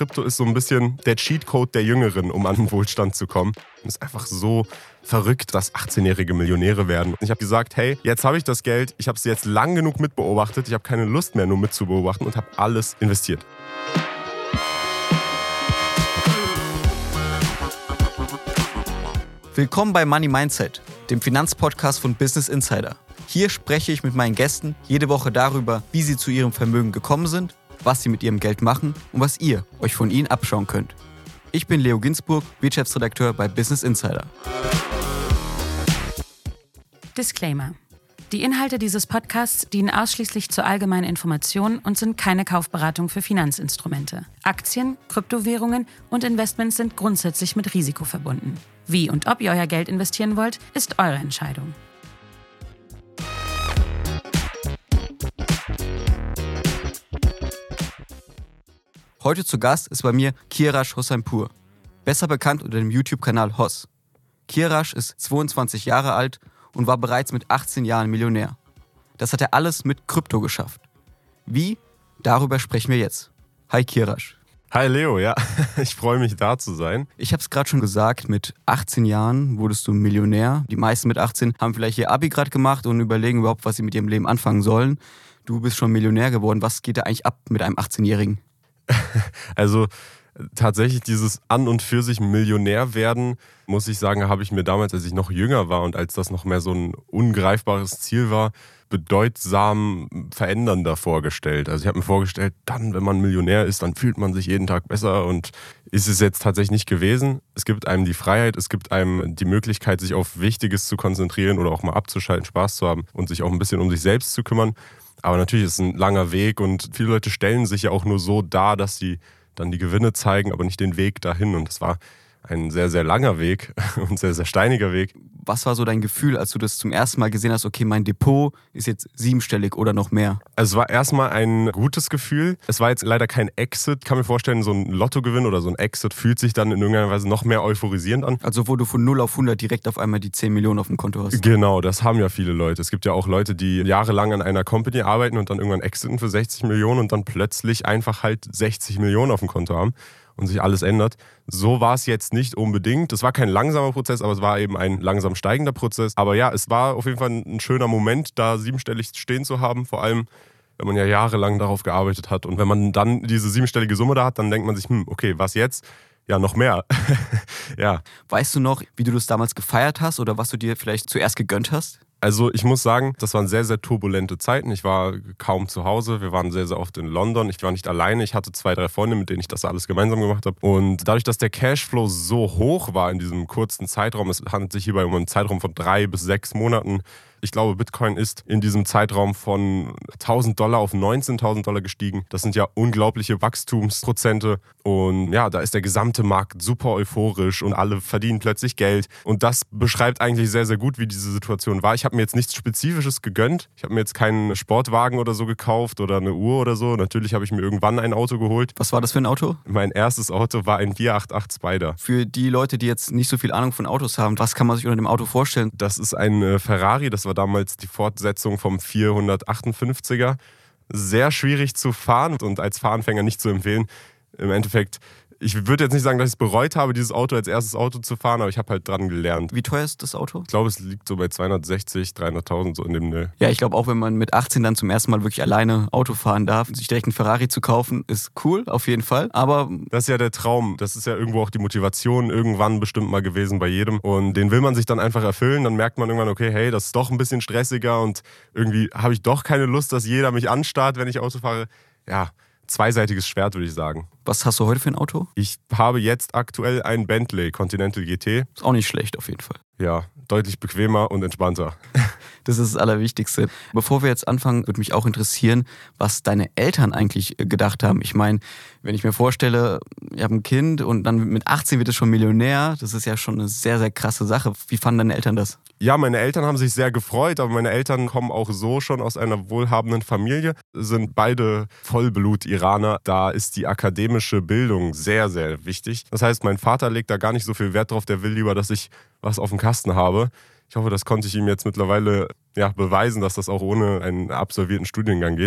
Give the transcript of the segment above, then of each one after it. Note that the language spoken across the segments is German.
Krypto ist so ein bisschen der Cheatcode der Jüngeren, um an den Wohlstand zu kommen. Es ist einfach so verrückt, dass 18-jährige Millionäre werden. Ich habe gesagt, hey, jetzt habe ich das Geld, ich habe es jetzt lang genug mitbeobachtet, ich habe keine Lust mehr nur mitzubeobachten und habe alles investiert. Willkommen bei Money Mindset, dem Finanzpodcast von Business Insider. Hier spreche ich mit meinen Gästen jede Woche darüber, wie sie zu ihrem Vermögen gekommen sind, was sie mit ihrem Geld machen und was ihr euch von ihnen abschauen könnt. Ich bin Leo Ginsburg, Wirtschaftsredakteur bei Business Insider. Disclaimer. Die Inhalte dieses Podcasts dienen ausschließlich zur allgemeinen Information und sind keine Kaufberatung für Finanzinstrumente. Aktien, Kryptowährungen und Investments sind grundsätzlich mit Risiko verbunden. Wie und ob ihr euer Geld investieren wollt, ist eure Entscheidung. Heute zu Gast ist bei mir Kirash Hosseinpour, besser bekannt unter dem YouTube-Kanal Hoss. Kirash ist 22 Jahre alt und war bereits mit 18 Jahren Millionär. Das hat er alles mit Krypto geschafft. Wie? Darüber sprechen wir jetzt. Hi Kirash. Hi Leo, ja, ich freue mich da zu sein. Ich habe es gerade schon gesagt, mit 18 Jahren wurdest du Millionär. Die meisten mit 18 haben vielleicht ihr Abi gerade gemacht und überlegen überhaupt, was sie mit ihrem Leben anfangen sollen. Du bist schon Millionär geworden. Was geht da eigentlich ab mit einem 18-Jährigen? Also tatsächlich dieses an und für sich Millionär werden, muss ich sagen, habe ich mir damals, als ich noch jünger war und als das noch mehr so ein ungreifbares Ziel war, bedeutsam verändernder vorgestellt. Also ich habe mir vorgestellt, dann, wenn man Millionär ist, dann fühlt man sich jeden Tag besser und ist es jetzt tatsächlich nicht gewesen. Es gibt einem die Freiheit, es gibt einem die Möglichkeit, sich auf Wichtiges zu konzentrieren oder auch mal abzuschalten, Spaß zu haben und sich auch ein bisschen um sich selbst zu kümmern. Aber natürlich ist es ein langer Weg und viele Leute stellen sich ja auch nur so dar, dass sie dann die Gewinne zeigen, aber nicht den Weg dahin. Und das war ein sehr, sehr langer Weg und sehr, sehr steiniger Weg. Was war so dein Gefühl, als du das zum ersten Mal gesehen hast, okay, mein Depot ist jetzt 7-stellig oder noch mehr? Also es war erstmal ein gutes Gefühl. Es war jetzt leider kein Exit. Ich kann mir vorstellen, so ein Lottogewinn oder so ein Exit fühlt sich dann in irgendeiner Weise noch mehr euphorisierend an. Also wo du von 0 auf 100 direkt auf einmal die 10 Millionen auf dem Konto hast. Genau, das haben ja viele Leute. Es gibt ja auch Leute, die jahrelang an einer Company arbeiten und dann irgendwann exiten für 60 Millionen und dann plötzlich einfach halt 60 Millionen auf dem Konto haben. Und sich alles ändert. So war es jetzt nicht unbedingt. Es war kein langsamer Prozess, aber es war eben ein langsam steigender Prozess. Aber ja, es war auf jeden Fall ein schöner Moment, da 7-stellig stehen zu haben. Vor allem, wenn man ja jahrelang darauf gearbeitet hat. Und wenn man dann diese 7-stellige Summe da hat, dann denkt man sich, okay, was jetzt? Ja, noch mehr. Ja. Weißt du noch, wie du das damals gefeiert hast oder was du dir vielleicht zuerst gegönnt hast? Also ich muss sagen, das waren sehr, sehr turbulente Zeiten. Ich war kaum zu Hause. Wir waren sehr, sehr oft in London. Ich war nicht alleine. Ich hatte 2, 3 Freunde, mit denen ich das alles gemeinsam gemacht habe. Und dadurch, dass der Cashflow so hoch war in diesem kurzen Zeitraum, es handelt sich hierbei um einen Zeitraum von 3 bis 6 Monaten. Ich glaube, Bitcoin ist in diesem Zeitraum von $1.000 auf $19.000 gestiegen. Das sind ja unglaubliche Wachstumsprozente. Und ja, da ist der gesamte Markt super euphorisch und alle verdienen plötzlich Geld. Und das beschreibt eigentlich sehr, sehr gut, wie diese Situation war. Ich habe mir jetzt nichts Spezifisches gegönnt. Ich habe mir jetzt keinen Sportwagen oder so gekauft oder eine Uhr oder so. Natürlich habe ich mir irgendwann ein Auto geholt. Was war das für ein Auto? Mein erstes Auto war ein 488 Spider. Für die Leute, die jetzt nicht so viel Ahnung von Autos haben, was kann man sich unter dem Auto vorstellen? Das ist ein Ferrari, das war damals die Fortsetzung vom 458er. Sehr schwierig zu fahren und als Fahranfänger nicht zu empfehlen. Im Endeffekt, ich würde jetzt nicht sagen, dass ich es bereut habe, dieses Auto als erstes Auto zu fahren, aber ich habe halt dran gelernt. Wie teuer ist das Auto? Ich glaube, es liegt so bei 260, 300.000 so in dem Nähe. Ja, ich glaube auch, wenn man mit 18 dann zum ersten Mal wirklich alleine Auto fahren darf, sich direkt einen Ferrari zu kaufen, ist cool, auf jeden Fall. Aber das ist ja der Traum. Das ist ja irgendwo auch die Motivation irgendwann bestimmt mal gewesen bei jedem. Und den will man sich dann einfach erfüllen. Dann merkt man irgendwann, okay, hey, das ist doch ein bisschen stressiger und irgendwie habe ich doch keine Lust, dass jeder mich anstarrt, wenn ich Auto fahre. Ja, zweiseitiges Schwert, würde ich sagen. Was hast du heute für ein Auto? Ich habe jetzt aktuell ein Bentley Continental GT. Ist auch nicht schlecht auf jeden Fall. Ja, deutlich bequemer und entspannter. Das ist das Allerwichtigste. Bevor wir jetzt anfangen, würde mich auch interessieren, was deine Eltern eigentlich gedacht haben. Ich meine, wenn ich mir vorstelle, ich habe ein Kind und dann mit 18 wird es schon Millionär, das ist ja schon eine sehr, sehr krasse Sache. Wie fanden deine Eltern das? Ja, meine Eltern haben sich sehr gefreut, aber meine Eltern kommen auch so schon aus einer wohlhabenden Familie, sind beide Vollblut-Iraner. Da ist die akademische Bildung sehr, sehr wichtig. Das heißt, mein Vater legt da gar nicht so viel Wert drauf, der will lieber, dass ich was auf dem Kasten habe. Ich hoffe, das konnte ich ihm jetzt mittlerweile beweisen, dass das auch ohne einen absolvierten Studiengang geht.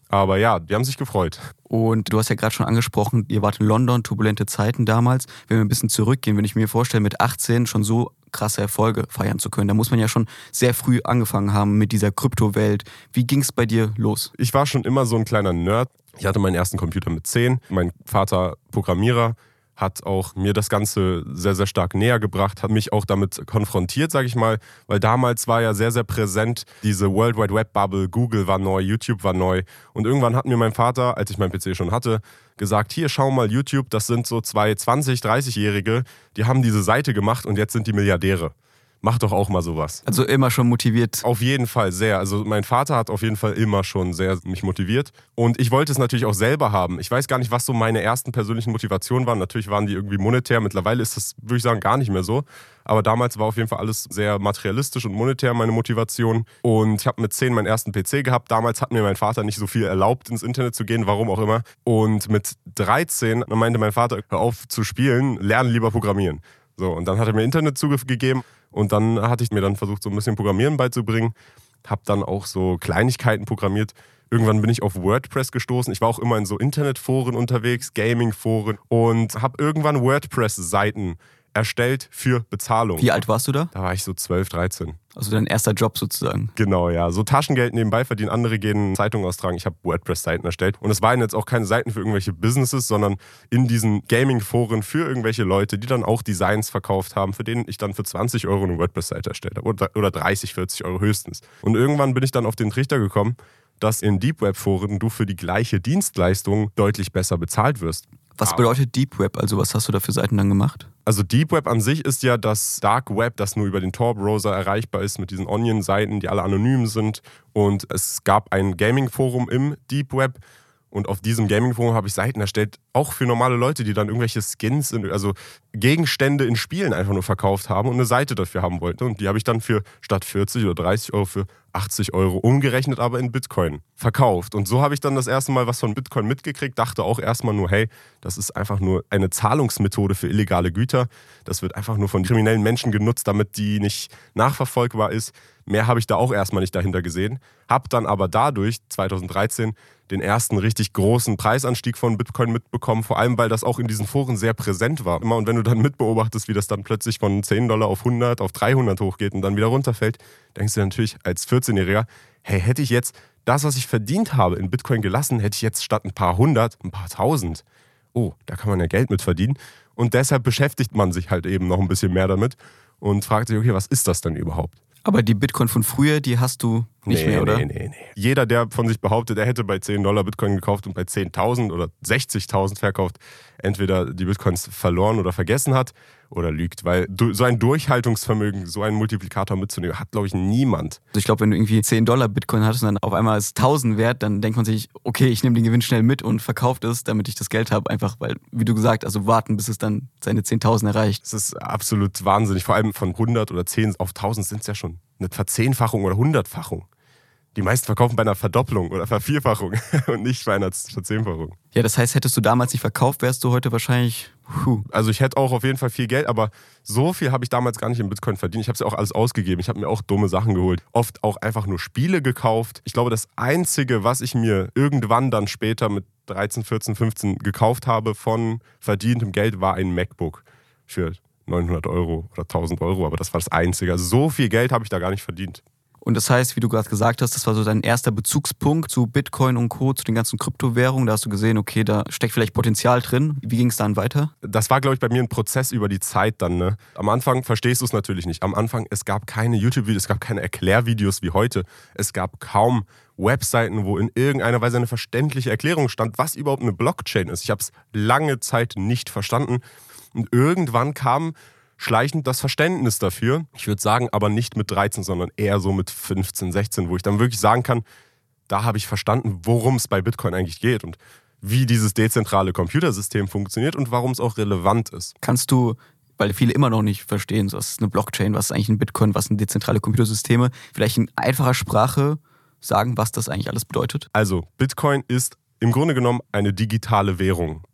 Aber ja, die haben sich gefreut. Und du hast ja gerade schon angesprochen, ihr wart in London, turbulente Zeiten damals. Wenn wir ein bisschen zurückgehen, wenn ich mir vorstelle, mit 18 schon so krasse Erfolge feiern zu können, da muss man ja schon sehr früh angefangen haben mit dieser Kryptowelt. Wie ging es bei dir los? Ich war schon immer so ein kleiner Nerd. Ich hatte meinen ersten Computer mit 10. Mein Vater Programmierer, hat auch mir das Ganze sehr, sehr stark näher gebracht, hat mich auch damit konfrontiert, sage ich mal, weil damals war ja sehr, sehr präsent diese World Wide Web Bubble, Google war neu, YouTube war neu und irgendwann hat mir mein Vater, als ich meinen PC schon hatte, gesagt, hier, schau mal YouTube, das sind so 2 20-, 30-Jährige, die haben diese Seite gemacht und jetzt sind die Milliardäre. Mach doch auch mal sowas. Also immer schon motiviert? Auf jeden Fall sehr. Also mein Vater hat auf jeden Fall immer schon sehr mich motiviert. Und ich wollte es natürlich auch selber haben. Ich weiß gar nicht, was so meine ersten persönlichen Motivationen waren. Natürlich waren die irgendwie monetär. Mittlerweile ist das, würde ich sagen, gar nicht mehr so. Aber damals war auf jeden Fall alles sehr materialistisch und monetär meine Motivation. Und ich habe mit 10 meinen ersten PC gehabt. Damals hat mir mein Vater nicht so viel erlaubt, ins Internet zu gehen, warum auch immer. Und mit 13 meinte mein Vater, hör auf zu spielen, lerne lieber programmieren. So, und dann hat er mir Internetzugriff gegeben. Und dann hatte ich mir dann versucht, so ein bisschen Programmieren beizubringen. Habe dann auch so Kleinigkeiten programmiert. Irgendwann bin ich auf WordPress gestoßen. Ich war auch immer in so Internetforen unterwegs, Gaming-Foren. Und habe irgendwann WordPress-Seiten erstellt für Bezahlung. Wie alt warst du da? Da war ich so 12, 13. Also dein erster Job sozusagen. Genau, ja. So Taschengeld nebenbei verdienen. Andere gehen Zeitungen austragen. Ich habe WordPress-Seiten erstellt. Und es waren jetzt auch keine Seiten für irgendwelche Businesses, sondern in diesen Gaming-Foren für irgendwelche Leute, die dann auch Designs verkauft haben, für denen ich dann für 20 € eine WordPress-Seite erstellt habe. Oder 30, 40 € höchstens. Und irgendwann bin ich dann auf den Trichter gekommen, dass in Deep Web-Foren du für die gleiche Dienstleistung deutlich besser bezahlt wirst. Was bedeutet Deep Web? Also was hast du da für Seiten dann gemacht? Also Deep Web an sich ist ja das Dark Web, das nur über den Tor-Browser erreichbar ist mit diesen Onion-Seiten, die alle anonym sind. Und es gab ein Gaming-Forum im Deep Web. Und auf diesem Gaming-Forum habe ich Seiten erstellt, auch für normale Leute, die dann irgendwelche Skins, also Gegenstände in Spielen einfach nur verkauft haben und eine Seite dafür haben wollten. Und die habe ich dann für statt 40 oder 30 € für 80 € umgerechnet, aber in Bitcoin verkauft. Und so habe ich dann das erste Mal was von Bitcoin mitgekriegt, dachte auch erstmal nur, hey, das ist einfach nur eine Zahlungsmethode für illegale Güter. Das wird einfach nur von kriminellen Menschen genutzt, damit die nicht nachverfolgbar ist. Mehr habe ich da auch erstmal nicht dahinter gesehen. Habe dann aber dadurch 2013 den ersten richtig großen Preisanstieg von Bitcoin mitbekommen, vor allem, weil das auch in diesen Foren sehr präsent war. Und wenn du dann mitbeobachtest, wie das dann plötzlich von $10 auf 100, auf 300 hochgeht und dann wieder runterfällt, denkst du natürlich als 14-Jähriger, hey, hätte ich jetzt das, was ich verdient habe, in Bitcoin gelassen, hätte ich jetzt statt ein paar hundert, ein paar tausend. Oh, da kann man ja Geld mit verdienen. Und deshalb beschäftigt man sich halt eben noch ein bisschen mehr damit und fragt sich, okay, was ist das denn überhaupt? Aber die Bitcoin von früher, die hast du nicht mehr, oder? Nee. Jeder, der von sich behauptet, er hätte bei $10 Bitcoin gekauft und bei 10.000 oder 60.000 verkauft, entweder die Bitcoins verloren oder vergessen hat oder lügt. Weil so ein Durchhaltungsvermögen, so einen Multiplikator mitzunehmen, hat, glaube ich, niemand. Also ich glaube, wenn du irgendwie $10 Bitcoin hattest und dann auf einmal ist 1.000 wert, dann denkt man sich, okay, ich nehme den Gewinn schnell mit und verkaufe es, damit ich das Geld habe. Einfach, weil, wie du gesagt hast, also warten, bis es dann seine 10.000 erreicht. Das ist absolut wahnsinnig. Vor allem von 100 oder 10 auf 1.000 sind es ja schon eine Verzehnfachung oder Hundertfachung. Die meisten verkaufen bei einer Verdopplung oder Vervierfachung und nicht bei einer Verzehnfachung. Ja, das heißt, hättest du damals nicht verkauft, wärst du heute wahrscheinlich... Also ich hätte auch auf jeden Fall viel Geld, aber so viel habe ich damals gar nicht in Bitcoin verdient. Ich habe es ja auch alles ausgegeben. Ich habe mir auch dumme Sachen geholt. Oft auch einfach nur Spiele gekauft. Ich glaube, das Einzige, was ich mir irgendwann dann später mit 13, 14, 15 gekauft habe von verdientem Geld, war ein MacBook für 900 € oder 1.000 €. Aber das war das Einzige. Also so viel Geld habe ich da gar nicht verdient. Und das heißt, wie du gerade gesagt hast, das war so dein erster Bezugspunkt zu Bitcoin und Co., zu den ganzen Kryptowährungen. Da hast du gesehen, okay, da steckt vielleicht Potenzial drin. Wie ging es dann weiter? Das war, glaube ich, bei mir ein Prozess über die Zeit dann. Ne? Am Anfang verstehst du es natürlich nicht. Am Anfang, es gab keine YouTube-Videos, es gab keine Erklärvideos wie heute. Es gab kaum Webseiten, wo in irgendeiner Weise eine verständliche Erklärung stand, was überhaupt eine Blockchain ist. Ich habe es lange Zeit nicht verstanden. Und irgendwann kam schleichend das Verständnis dafür. Ich würde sagen, aber nicht mit 13, sondern eher so mit 15, 16, wo ich dann wirklich sagen kann, da habe ich verstanden, worum es bei Bitcoin eigentlich geht und wie dieses dezentrale Computersystem funktioniert und warum es auch relevant ist. Kannst du, weil viele immer noch nicht verstehen, was ist eine Blockchain, was ist eigentlich ein Bitcoin, was sind dezentrale Computersysteme, vielleicht in einfacher Sprache sagen, was das eigentlich alles bedeutet? Also, Bitcoin ist im Grunde genommen eine digitale Währung.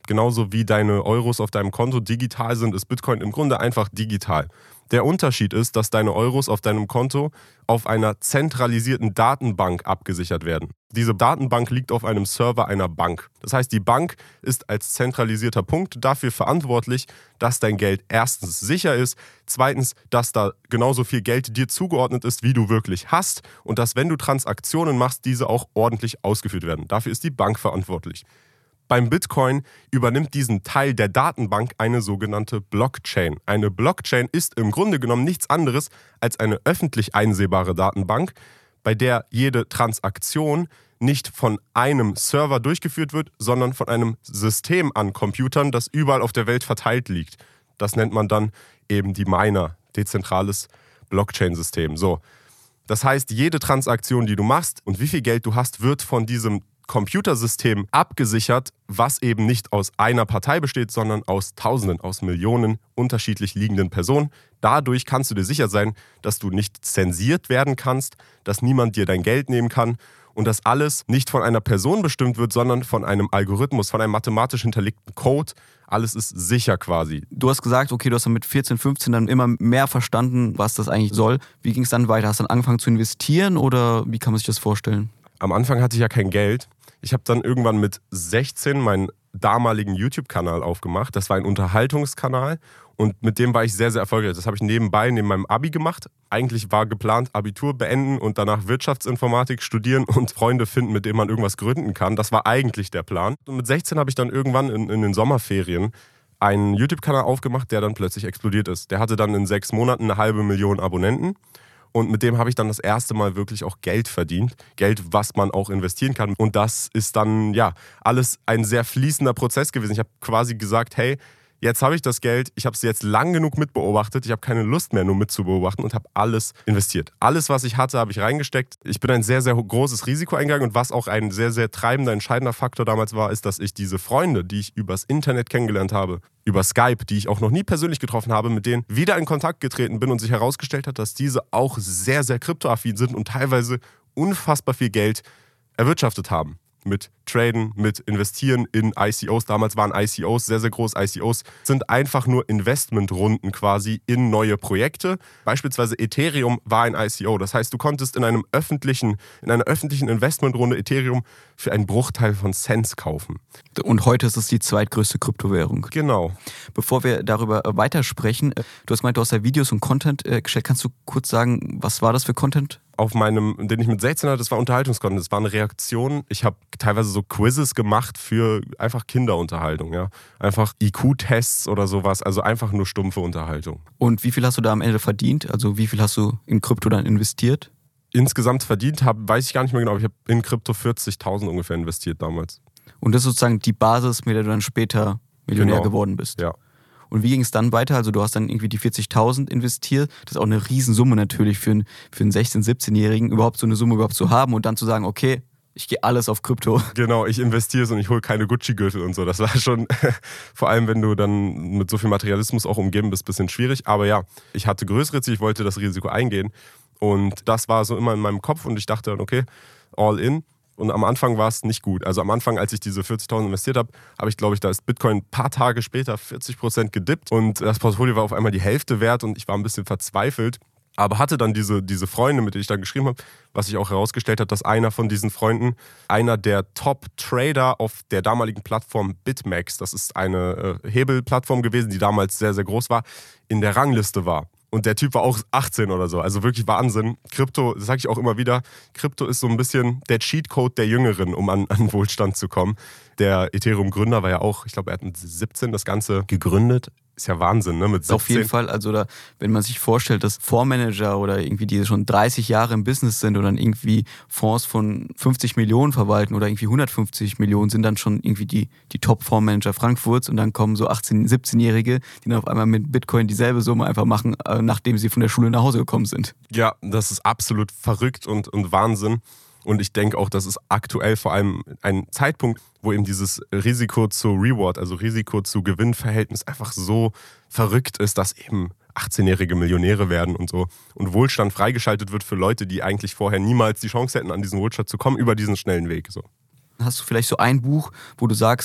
Genauso wie deine Euros auf deinem Konto digital sind, ist Bitcoin im Grunde einfach digital. Der Unterschied ist, dass deine Euros auf deinem Konto auf einer zentralisierten Datenbank abgesichert werden. Diese Datenbank liegt auf einem Server einer Bank. Das heißt, die Bank ist als zentralisierter Punkt dafür verantwortlich, dass dein Geld erstens sicher ist, zweitens, dass da genauso viel Geld dir zugeordnet ist, wie du wirklich hast und dass, wenn du Transaktionen machst, diese auch ordentlich ausgeführt werden. Dafür ist die Bank verantwortlich. Beim Bitcoin übernimmt diesen Teil der Datenbank eine sogenannte Blockchain. Eine Blockchain ist im Grunde genommen nichts anderes als eine öffentlich einsehbare Datenbank, bei der jede Transaktion nicht von einem Server durchgeführt wird, sondern von einem System an Computern, das überall auf der Welt verteilt liegt. Das nennt man dann eben die Miner, dezentrales Blockchain-System. So. Das heißt, jede Transaktion, die du machst und wie viel Geld du hast, wird von diesem Computersystem abgesichert, was eben nicht aus einer Partei besteht, sondern aus Tausenden, aus Millionen unterschiedlich liegenden Personen. Dadurch kannst du dir sicher sein, dass du nicht zensiert werden kannst, dass niemand dir dein Geld nehmen kann und dass alles nicht von einer Person bestimmt wird, sondern von einem Algorithmus, von einem mathematisch hinterlegten Code. Alles ist sicher quasi. Du hast gesagt, okay, du hast dann mit 14, 15 dann immer mehr verstanden, was das eigentlich soll. Wie ging es dann weiter? Hast du dann angefangen zu investieren oder wie kann man sich das vorstellen? Am Anfang hatte ich ja kein Geld. Ich habe dann irgendwann mit 16 meinen damaligen YouTube-Kanal aufgemacht. Das war ein Unterhaltungskanal und mit dem war ich sehr, sehr erfolgreich. Das habe ich nebenbei, neben meinem Abi gemacht. Eigentlich war geplant, Abitur beenden und danach Wirtschaftsinformatik studieren und Freunde finden, mit denen man irgendwas gründen kann. Das war eigentlich der Plan. Und mit 16 habe ich dann irgendwann in den Sommerferien einen YouTube-Kanal aufgemacht, der dann plötzlich explodiert ist. Der hatte dann in 6 Monaten 500.000 Abonnenten. Und mit dem habe ich dann das erste Mal wirklich auch Geld verdient. Geld, was man auch investieren kann. Und das ist dann, ja, alles ein sehr fließender Prozess gewesen. Ich habe quasi gesagt, hey, jetzt habe ich das Geld, ich habe es jetzt lang genug mitbeobachtet, ich habe keine Lust mehr, nur mitzubeobachten und habe alles investiert. Alles, was ich hatte, habe ich reingesteckt. Ich bin ein sehr, sehr großes Risiko eingegangen und was auch ein sehr, sehr treibender, entscheidender Faktor damals war, ist, dass ich diese Freunde, die ich übers Internet kennengelernt habe, über Skype, die ich auch noch nie persönlich getroffen habe, mit denen wieder in Kontakt getreten bin und sich herausgestellt hat, dass diese auch sehr, sehr kryptoaffin sind und teilweise unfassbar viel Geld erwirtschaftet haben. Mit Traden, mit Investieren in ICOs. Damals waren ICOs sehr, sehr groß. ICOs sind einfach nur Investmentrunden quasi in neue Projekte. Beispielsweise Ethereum war ein ICO. Das heißt, du konntest in einer öffentlichen Investmentrunde Ethereum für einen Bruchteil von Cents kaufen. Und heute ist es die zweitgrößte Kryptowährung. Genau. Bevor wir darüber weitersprechen, du hast gemeint, du hast ja Videos und Content gestellt. Kannst du kurz sagen, was war das für Content? Auf meinem, den ich mit 16 hatte, das war Unterhaltungscontent, das war eine Reaktion. Ich habe teilweise so Quizzes gemacht für einfach Kinderunterhaltung, ja. Einfach IQ-Tests oder sowas, also einfach nur stumpfe Unterhaltung. Und wie viel hast du da am Ende verdient? Also wie viel hast du in Krypto dann investiert? Insgesamt verdient habe, weiß ich gar nicht mehr genau, aber ich habe in Krypto 40.000 ungefähr investiert damals. Und das ist sozusagen die Basis, mit der du dann später Millionär geworden bist. Ja. Und wie ging es dann weiter? Also du hast dann irgendwie die 40.000 investiert. Das ist auch eine Riesensumme natürlich für einen 16-, 17-Jährigen, überhaupt so eine Summe überhaupt zu haben und dann zu sagen, okay, ich gehe alles auf Krypto. Genau, ich investiere es und ich hole keine Gucci-Gürtel und so. Das war schon, vor allem wenn du dann mit so viel Materialismus auch umgeben bist, ein bisschen schwierig. Aber ja, ich hatte größere Ziele, ich wollte das Risiko eingehen. Und das war so immer in meinem Kopf und ich dachte dann, okay, all in. Und am Anfang war es nicht gut. Also am Anfang, als ich diese 40.000 investiert habe, habe ich, glaube ich, da ist Bitcoin ein paar Tage später 40% gedippt und das Portfolio war auf einmal die Hälfte wert und ich war ein bisschen verzweifelt. Aber hatte dann diese Freunde, mit denen ich dann geschrieben habe, was sich auch herausgestellt hat, dass einer von diesen Freunden, einer der Top-Trader auf der damaligen Plattform BitMEX, das ist eine Hebelplattform gewesen, die damals sehr, sehr groß war, in der Rangliste war. Und der Typ war auch 18 oder so, also wirklich Wahnsinn. Krypto, das sage ich auch immer wieder, Krypto ist so ein bisschen der Cheatcode der Jüngeren, um an Wohlstand zu kommen. Der Ethereum-Gründer war ja auch, ich glaube, er hat mit 17 das Ganze gegründet. Ist ja Wahnsinn, ne? Mit 17. Auf jeden Fall, also da, wenn man sich vorstellt, dass Fondsmanager oder irgendwie die schon 30 Jahre im Business sind und dann irgendwie Fonds von 50 Millionen verwalten oder irgendwie 150 Millionen sind dann schon irgendwie die Top-Fondsmanager Frankfurts und dann kommen so 18-, 17-Jährige, die dann auf einmal mit Bitcoin dieselbe Summe einfach machen, nachdem sie von der Schule nach Hause gekommen sind. Ja, das ist absolut verrückt und Wahnsinn. Und ich denke auch, das ist aktuell vor allem ein Zeitpunkt, wo eben dieses Risiko zu Reward, also Risiko zu Gewinnverhältnis einfach so verrückt ist, dass eben 18-jährige Millionäre werden und so. Und Wohlstand freigeschaltet wird für Leute, die eigentlich vorher niemals die Chance hätten, an diesen Wohlstand zu kommen, über diesen schnellen Weg. So. Hast du vielleicht so ein Buch, wo du sagst,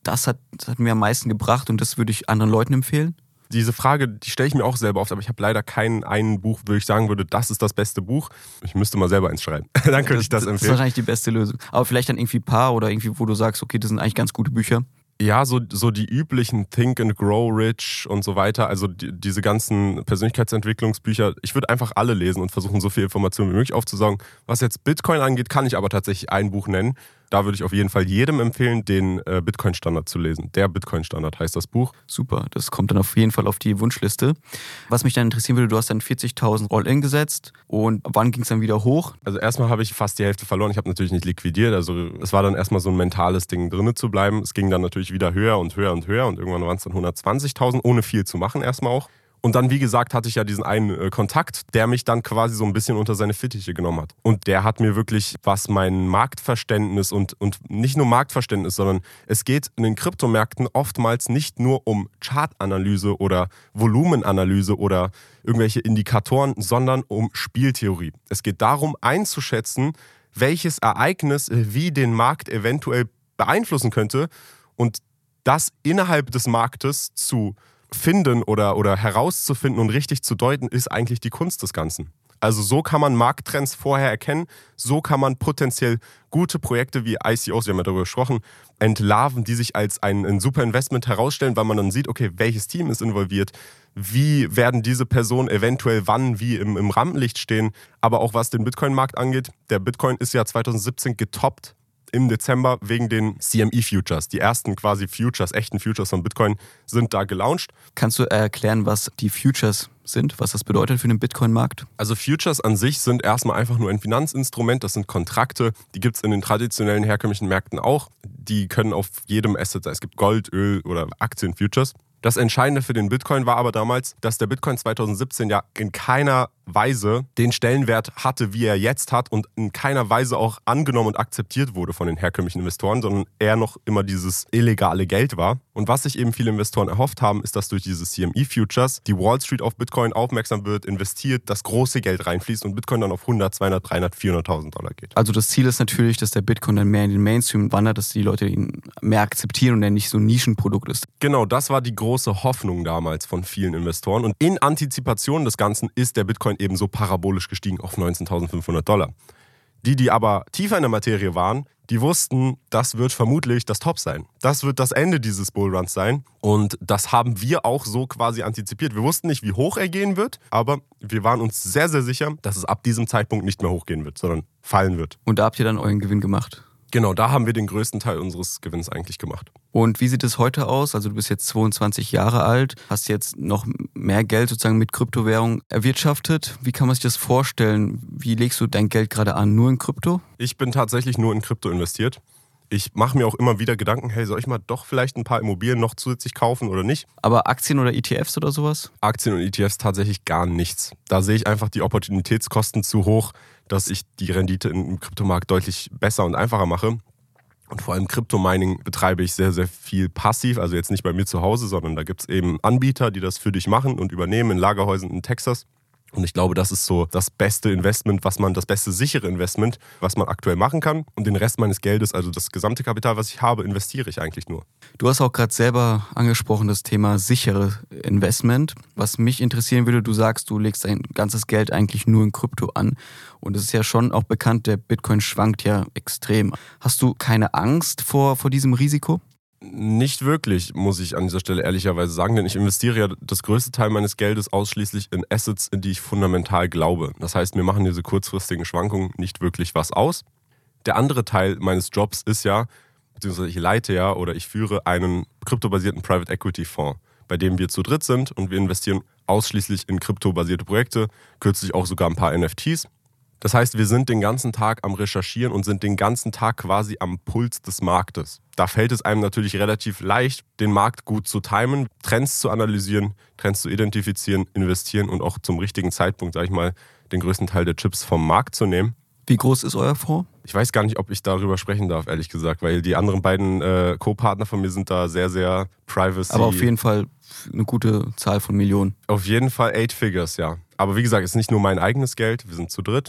das hat mir am meisten gebracht und das würde ich anderen Leuten empfehlen? Diese Frage, die stelle ich mir auch selber oft, aber ich habe leider ein Buch, wo ich sagen würde, das ist das beste Buch. Ich müsste mal selber eins schreiben. Dann könnte ich das empfehlen. Das ist wahrscheinlich die beste Lösung. Aber vielleicht dann irgendwie ein paar oder irgendwie, wo du sagst, okay, das sind eigentlich ganz gute Bücher. Ja, so die üblichen Think and Grow Rich und so weiter, also diese ganzen Persönlichkeitsentwicklungsbücher, ich würde einfach alle lesen und versuchen, so viel Informationen wie möglich aufzusaugen. Was jetzt Bitcoin angeht, kann ich aber tatsächlich ein Buch nennen. Da würde ich auf jeden Fall jedem empfehlen, den Bitcoin-Standard zu lesen. Der Bitcoin-Standard heißt das Buch. Super, das kommt dann auf jeden Fall auf die Wunschliste. Was mich dann interessieren würde, du hast dann 40.000 All-In gesetzt und wann ging es dann wieder hoch? Also erstmal habe ich fast die Hälfte verloren. Ich habe natürlich nicht liquidiert. Also es war dann erstmal so ein mentales Ding, drinne zu bleiben. Es ging dann natürlich wieder höher und höher und höher und irgendwann waren es dann 120.000, ohne viel zu machen erstmal auch. Und dann, wie gesagt, hatte ich ja diesen einen Kontakt, der mich dann quasi so ein bisschen unter seine Fittiche genommen hat. Und der hat mir wirklich, was mein Marktverständnis und nicht nur Marktverständnis, sondern es geht in den Kryptomärkten oftmals nicht nur um Chartanalyse oder Volumenanalyse oder irgendwelche Indikatoren, sondern um Spieltheorie. Es geht darum, einzuschätzen, welches Ereignis wie den Markt eventuell beeinflussen könnte und das innerhalb des Marktes zu finden oder herauszufinden und richtig zu deuten, ist eigentlich die Kunst des Ganzen. Also so kann man Markttrends vorher erkennen, so kann man potenziell gute Projekte wie ICOs, wir haben ja darüber gesprochen, entlarven, die sich als ein super Investment herausstellen, weil man dann sieht, okay, welches Team ist involviert, wie werden diese Personen eventuell wann wie im Rampenlicht stehen, aber auch was den Bitcoin-Markt angeht, der Bitcoin ist ja 2017 getoppt im Dezember wegen den CME-Futures. Die ersten quasi Futures, echten Futures von Bitcoin sind da gelauncht. Kannst du erklären, was die Futures sind, was das bedeutet für den Bitcoin-Markt? Also Futures an sich sind erstmal einfach nur ein Finanzinstrument, das sind Kontrakte, die gibt es in den traditionellen herkömmlichen Märkten auch. Die können auf jedem Asset sein. Es gibt Gold, Öl oder Aktien-Futures. Das Entscheidende für den Bitcoin war aber damals, dass der Bitcoin 2017 ja in keiner Weise den Stellenwert hatte, wie er jetzt hat und in keiner Weise auch angenommen und akzeptiert wurde von den herkömmlichen Investoren, sondern eher noch immer dieses illegale Geld war. Und was sich eben viele Investoren erhofft haben, ist, dass durch diese CME-Futures die Wall Street auf Bitcoin aufmerksam wird, investiert, das große Geld reinfließt und Bitcoin dann auf 100, 200, 300, 400.000 Dollar geht. Also das Ziel ist natürlich, dass der Bitcoin dann mehr in den Mainstream wandert, dass die Leute ihn mehr akzeptieren und er nicht so ein Nischenprodukt ist. Genau, das war die große Hoffnung damals von vielen Investoren. Und in Antizipation des Ganzen ist der Bitcoin eben so parabolisch gestiegen auf 19.500 Dollar. Die aber tiefer in der Materie waren, die wussten, das wird vermutlich das Top sein. Das wird das Ende dieses Bullruns sein. Und das haben wir auch so quasi antizipiert. Wir wussten nicht, wie hoch er gehen wird, aber wir waren uns sehr, sehr sicher, dass es ab diesem Zeitpunkt nicht mehr hochgehen wird, sondern fallen wird. Und da habt ihr dann euren Gewinn gemacht? Genau, da haben wir den größten Teil unseres Gewinns eigentlich gemacht. Und wie sieht es heute aus? Also du bist jetzt 22 Jahre alt, hast jetzt noch mehr Geld sozusagen mit Kryptowährung erwirtschaftet. Wie kann man sich das vorstellen? Wie legst du dein Geld gerade an? Nur in Krypto? Ich bin tatsächlich nur in Krypto investiert. Ich mache mir auch immer wieder Gedanken, hey, soll ich mal doch vielleicht ein paar Immobilien noch zusätzlich kaufen oder nicht? Aber Aktien oder ETFs oder sowas? Aktien und ETFs tatsächlich gar nichts. Da sehe ich einfach die Opportunitätskosten zu hoch, dass ich die Rendite im Kryptomarkt deutlich besser und einfacher mache. Und vor allem Kryptomining betreibe ich sehr, sehr viel passiv, also jetzt nicht bei mir zu Hause, sondern da gibt es eben Anbieter, die das für dich machen und übernehmen in Lagerhäusern in Texas. Und ich glaube, das ist so das beste Investment, das beste sichere Investment, was man aktuell machen kann. Und den Rest meines Geldes, also das gesamte Kapital, was ich habe, investiere ich eigentlich nur. Du hast auch gerade selber angesprochen, das Thema sichere Investment. Was mich interessieren würde, du sagst, du legst dein ganzes Geld eigentlich nur in Krypto an. Und es ist ja schon auch bekannt, der Bitcoin schwankt ja extrem. Hast du keine Angst vor diesem Risiko? Nicht wirklich, muss ich an dieser Stelle ehrlicherweise sagen, denn ich investiere ja das größte Teil meines Geldes ausschließlich in Assets, in die ich fundamental glaube. Das heißt, mir machen diese kurzfristigen Schwankungen nicht wirklich was aus. Der andere Teil meines Jobs ist ja, beziehungsweise ich leite ja oder ich führe einen kryptobasierten Private Equity Fonds, bei dem wir zu dritt sind und wir investieren ausschließlich in kryptobasierte Projekte, kürzlich auch sogar ein paar NFTs. Das heißt, wir sind den ganzen Tag am Recherchieren und sind den ganzen Tag quasi am Puls des Marktes. Da fällt es einem natürlich relativ leicht, den Markt gut zu timen, Trends zu analysieren, Trends zu identifizieren, investieren und auch zum richtigen Zeitpunkt, sage ich mal, den größten Teil der Chips vom Markt zu nehmen. Wie groß ist euer Fonds? Ich weiß gar nicht, ob ich darüber sprechen darf, ehrlich gesagt, weil die anderen beiden Co-Partner von mir sind da sehr, sehr privacy. Aber auf jeden Fall eine gute Zahl von Millionen. Auf jeden Fall 8 Figures, ja. Aber wie gesagt, es ist nicht nur mein eigenes Geld, wir sind zu dritt.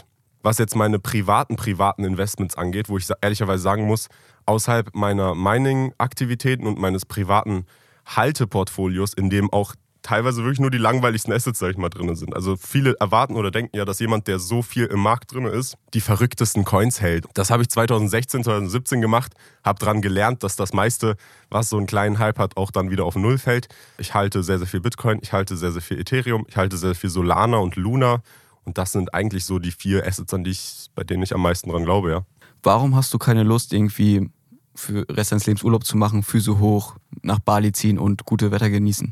Was jetzt meine privaten Investments angeht, wo ich ehrlicherweise sagen muss, außerhalb meiner Mining-Aktivitäten und meines privaten Halteportfolios, in dem auch teilweise wirklich nur die langweiligsten Assets, sag ich mal, drin sind. Also viele erwarten oder denken ja, dass jemand, der so viel im Markt drin ist, die verrücktesten Coins hält. Das habe ich 2016, 2017 gemacht, habe daran gelernt, dass das meiste, was so einen kleinen Hype hat, auch dann wieder auf Null fällt. Ich halte sehr, sehr viel Bitcoin, ich halte sehr, sehr viel Ethereum, ich halte sehr viel Solana und Luna. Und das sind eigentlich so die 4 Assets, bei denen ich am meisten dran glaube, ja. Warum hast du keine Lust, irgendwie für Rest deines Lebens Urlaub zu machen, Füße hoch, nach Bali ziehen und gute Wetter genießen?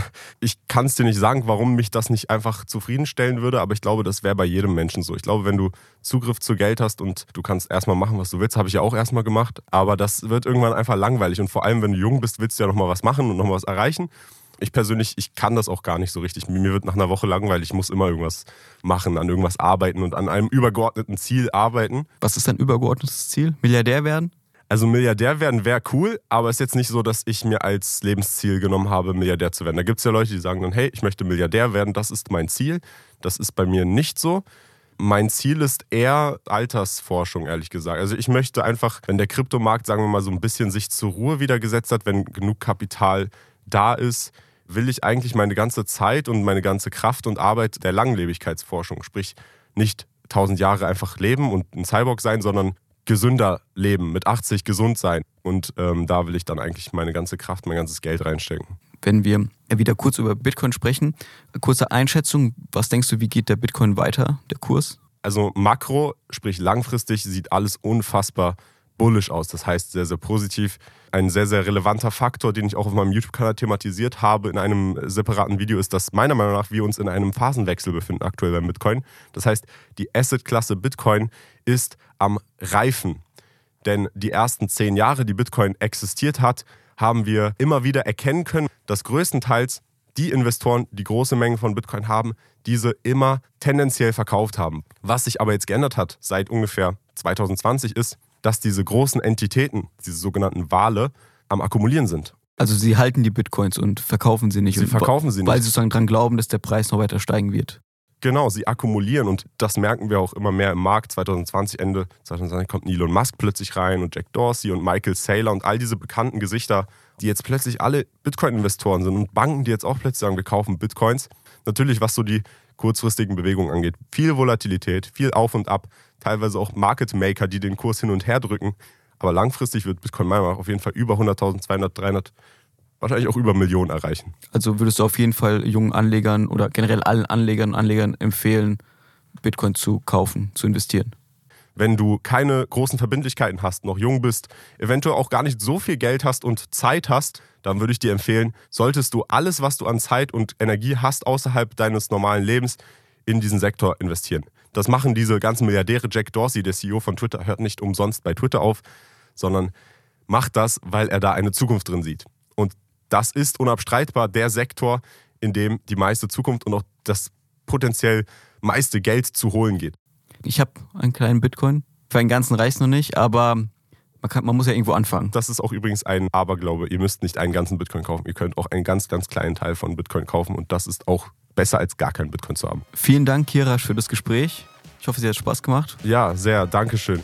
Ich kann es dir nicht sagen, warum mich das nicht einfach zufriedenstellen würde, aber ich glaube, das wäre bei jedem Menschen so. Ich glaube, wenn du Zugriff zu Geld hast und du kannst erstmal machen, was du willst, habe ich ja auch erstmal gemacht, aber das wird irgendwann einfach langweilig und vor allem, wenn du jung bist, willst du ja nochmal was machen und nochmal was erreichen. Ich persönlich, ich kann das auch gar nicht so richtig. Mir wird nach einer Woche langweilig, ich muss immer irgendwas machen, an irgendwas arbeiten und an einem übergeordneten Ziel arbeiten. Was ist dein übergeordnetes Ziel? Milliardär werden? Also Milliardär werden wäre cool, aber es ist jetzt nicht so, dass ich mir als Lebensziel genommen habe, Milliardär zu werden. Da gibt es ja Leute, die sagen dann, hey, ich möchte Milliardär werden, das ist mein Ziel. Das ist bei mir nicht so. Mein Ziel ist eher Altersforschung, ehrlich gesagt. Also ich möchte einfach, wenn der Kryptomarkt, sagen wir mal, so ein bisschen sich zur Ruhe wieder gesetzt hat, wenn genug Kapital da ist, will ich eigentlich meine ganze Zeit und meine ganze Kraft und Arbeit der Langlebigkeitsforschung, sprich nicht 1000 Jahre einfach leben und ein Cyborg sein, sondern gesünder leben, mit 80 gesund sein. Und da will ich dann eigentlich meine ganze Kraft, mein ganzes Geld reinstecken. Wenn wir wieder kurz über Bitcoin sprechen, kurze Einschätzung, was denkst du, wie geht der Bitcoin weiter, der Kurs? Also makro, sprich langfristig, sieht alles unfassbar bullish aus. Das heißt sehr, sehr positiv. Ein sehr, sehr relevanter Faktor, den ich auch auf meinem YouTube-Kanal thematisiert habe in einem separaten Video, ist, dass meiner Meinung nach wir uns in einem Phasenwechsel befinden aktuell beim Bitcoin. Das heißt, die Asset-Klasse Bitcoin ist am Reifen. Denn die ersten 10 Jahre, die Bitcoin existiert hat, haben wir immer wieder erkennen können, dass größtenteils die Investoren, die große Mengen von Bitcoin haben, diese immer tendenziell verkauft haben. Was sich aber jetzt geändert hat seit ungefähr 2020 ist, dass diese großen Entitäten, diese sogenannten Wale, am Akkumulieren sind. Also sie halten die Bitcoins und verkaufen sie nicht. Sie verkaufen sie nicht. Weil sie sozusagen daran glauben, dass der Preis noch weiter steigen wird. Genau, sie akkumulieren und das merken wir auch immer mehr im Markt. 2020, Ende 2020 kommt Elon Musk plötzlich rein und Jack Dorsey und Michael Saylor und all diese bekannten Gesichter, die jetzt plötzlich alle Bitcoin-Investoren sind und Banken, die jetzt auch plötzlich sagen, wir kaufen Bitcoins. Natürlich, was so die kurzfristigen Bewegungen angeht. Viel Volatilität, viel Auf und Ab, teilweise auch Market Maker, die den Kurs hin und her drücken. Aber langfristig wird Bitcoin meiner Meinung nach auf jeden Fall über 100.000, 200, 300, wahrscheinlich auch über Millionen erreichen. Also würdest du auf jeden Fall jungen Anlegern oder generell allen Anlegern empfehlen, Bitcoin zu kaufen, zu investieren? Wenn du keine großen Verbindlichkeiten hast, noch jung bist, eventuell auch gar nicht so viel Geld hast und Zeit hast, dann würde ich dir empfehlen, solltest du alles, was du an Zeit und Energie hast, außerhalb deines normalen Lebens, in diesen Sektor investieren. Das machen diese ganzen Milliardäre. Jack Dorsey, der CEO von Twitter, hört nicht umsonst bei Twitter auf, sondern macht das, weil er da eine Zukunft drin sieht. Und das ist unabstreitbar der Sektor, in dem die meiste Zukunft und auch das potenziell meiste Geld zu holen geht. Ich habe einen kleinen Bitcoin. Für einen ganzen reicht es noch nicht, aber man muss ja irgendwo anfangen. Das ist auch übrigens ein Aberglaube. Ihr müsst nicht einen ganzen Bitcoin kaufen. Ihr könnt auch einen ganz, ganz kleinen Teil von Bitcoin kaufen und das ist auch besser als gar keinen Bitcoin zu haben. Vielen Dank, Kirash, für das Gespräch. Ich hoffe, es hat Spaß gemacht. Ja, sehr. Dankeschön.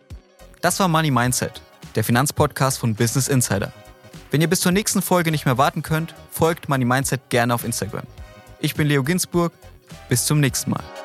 Das war Money Mindset, der Finanzpodcast von Business Insider. Wenn ihr bis zur nächsten Folge nicht mehr warten könnt, folgt Money Mindset gerne auf Instagram. Ich bin Leo Ginsburg. Bis zum nächsten Mal.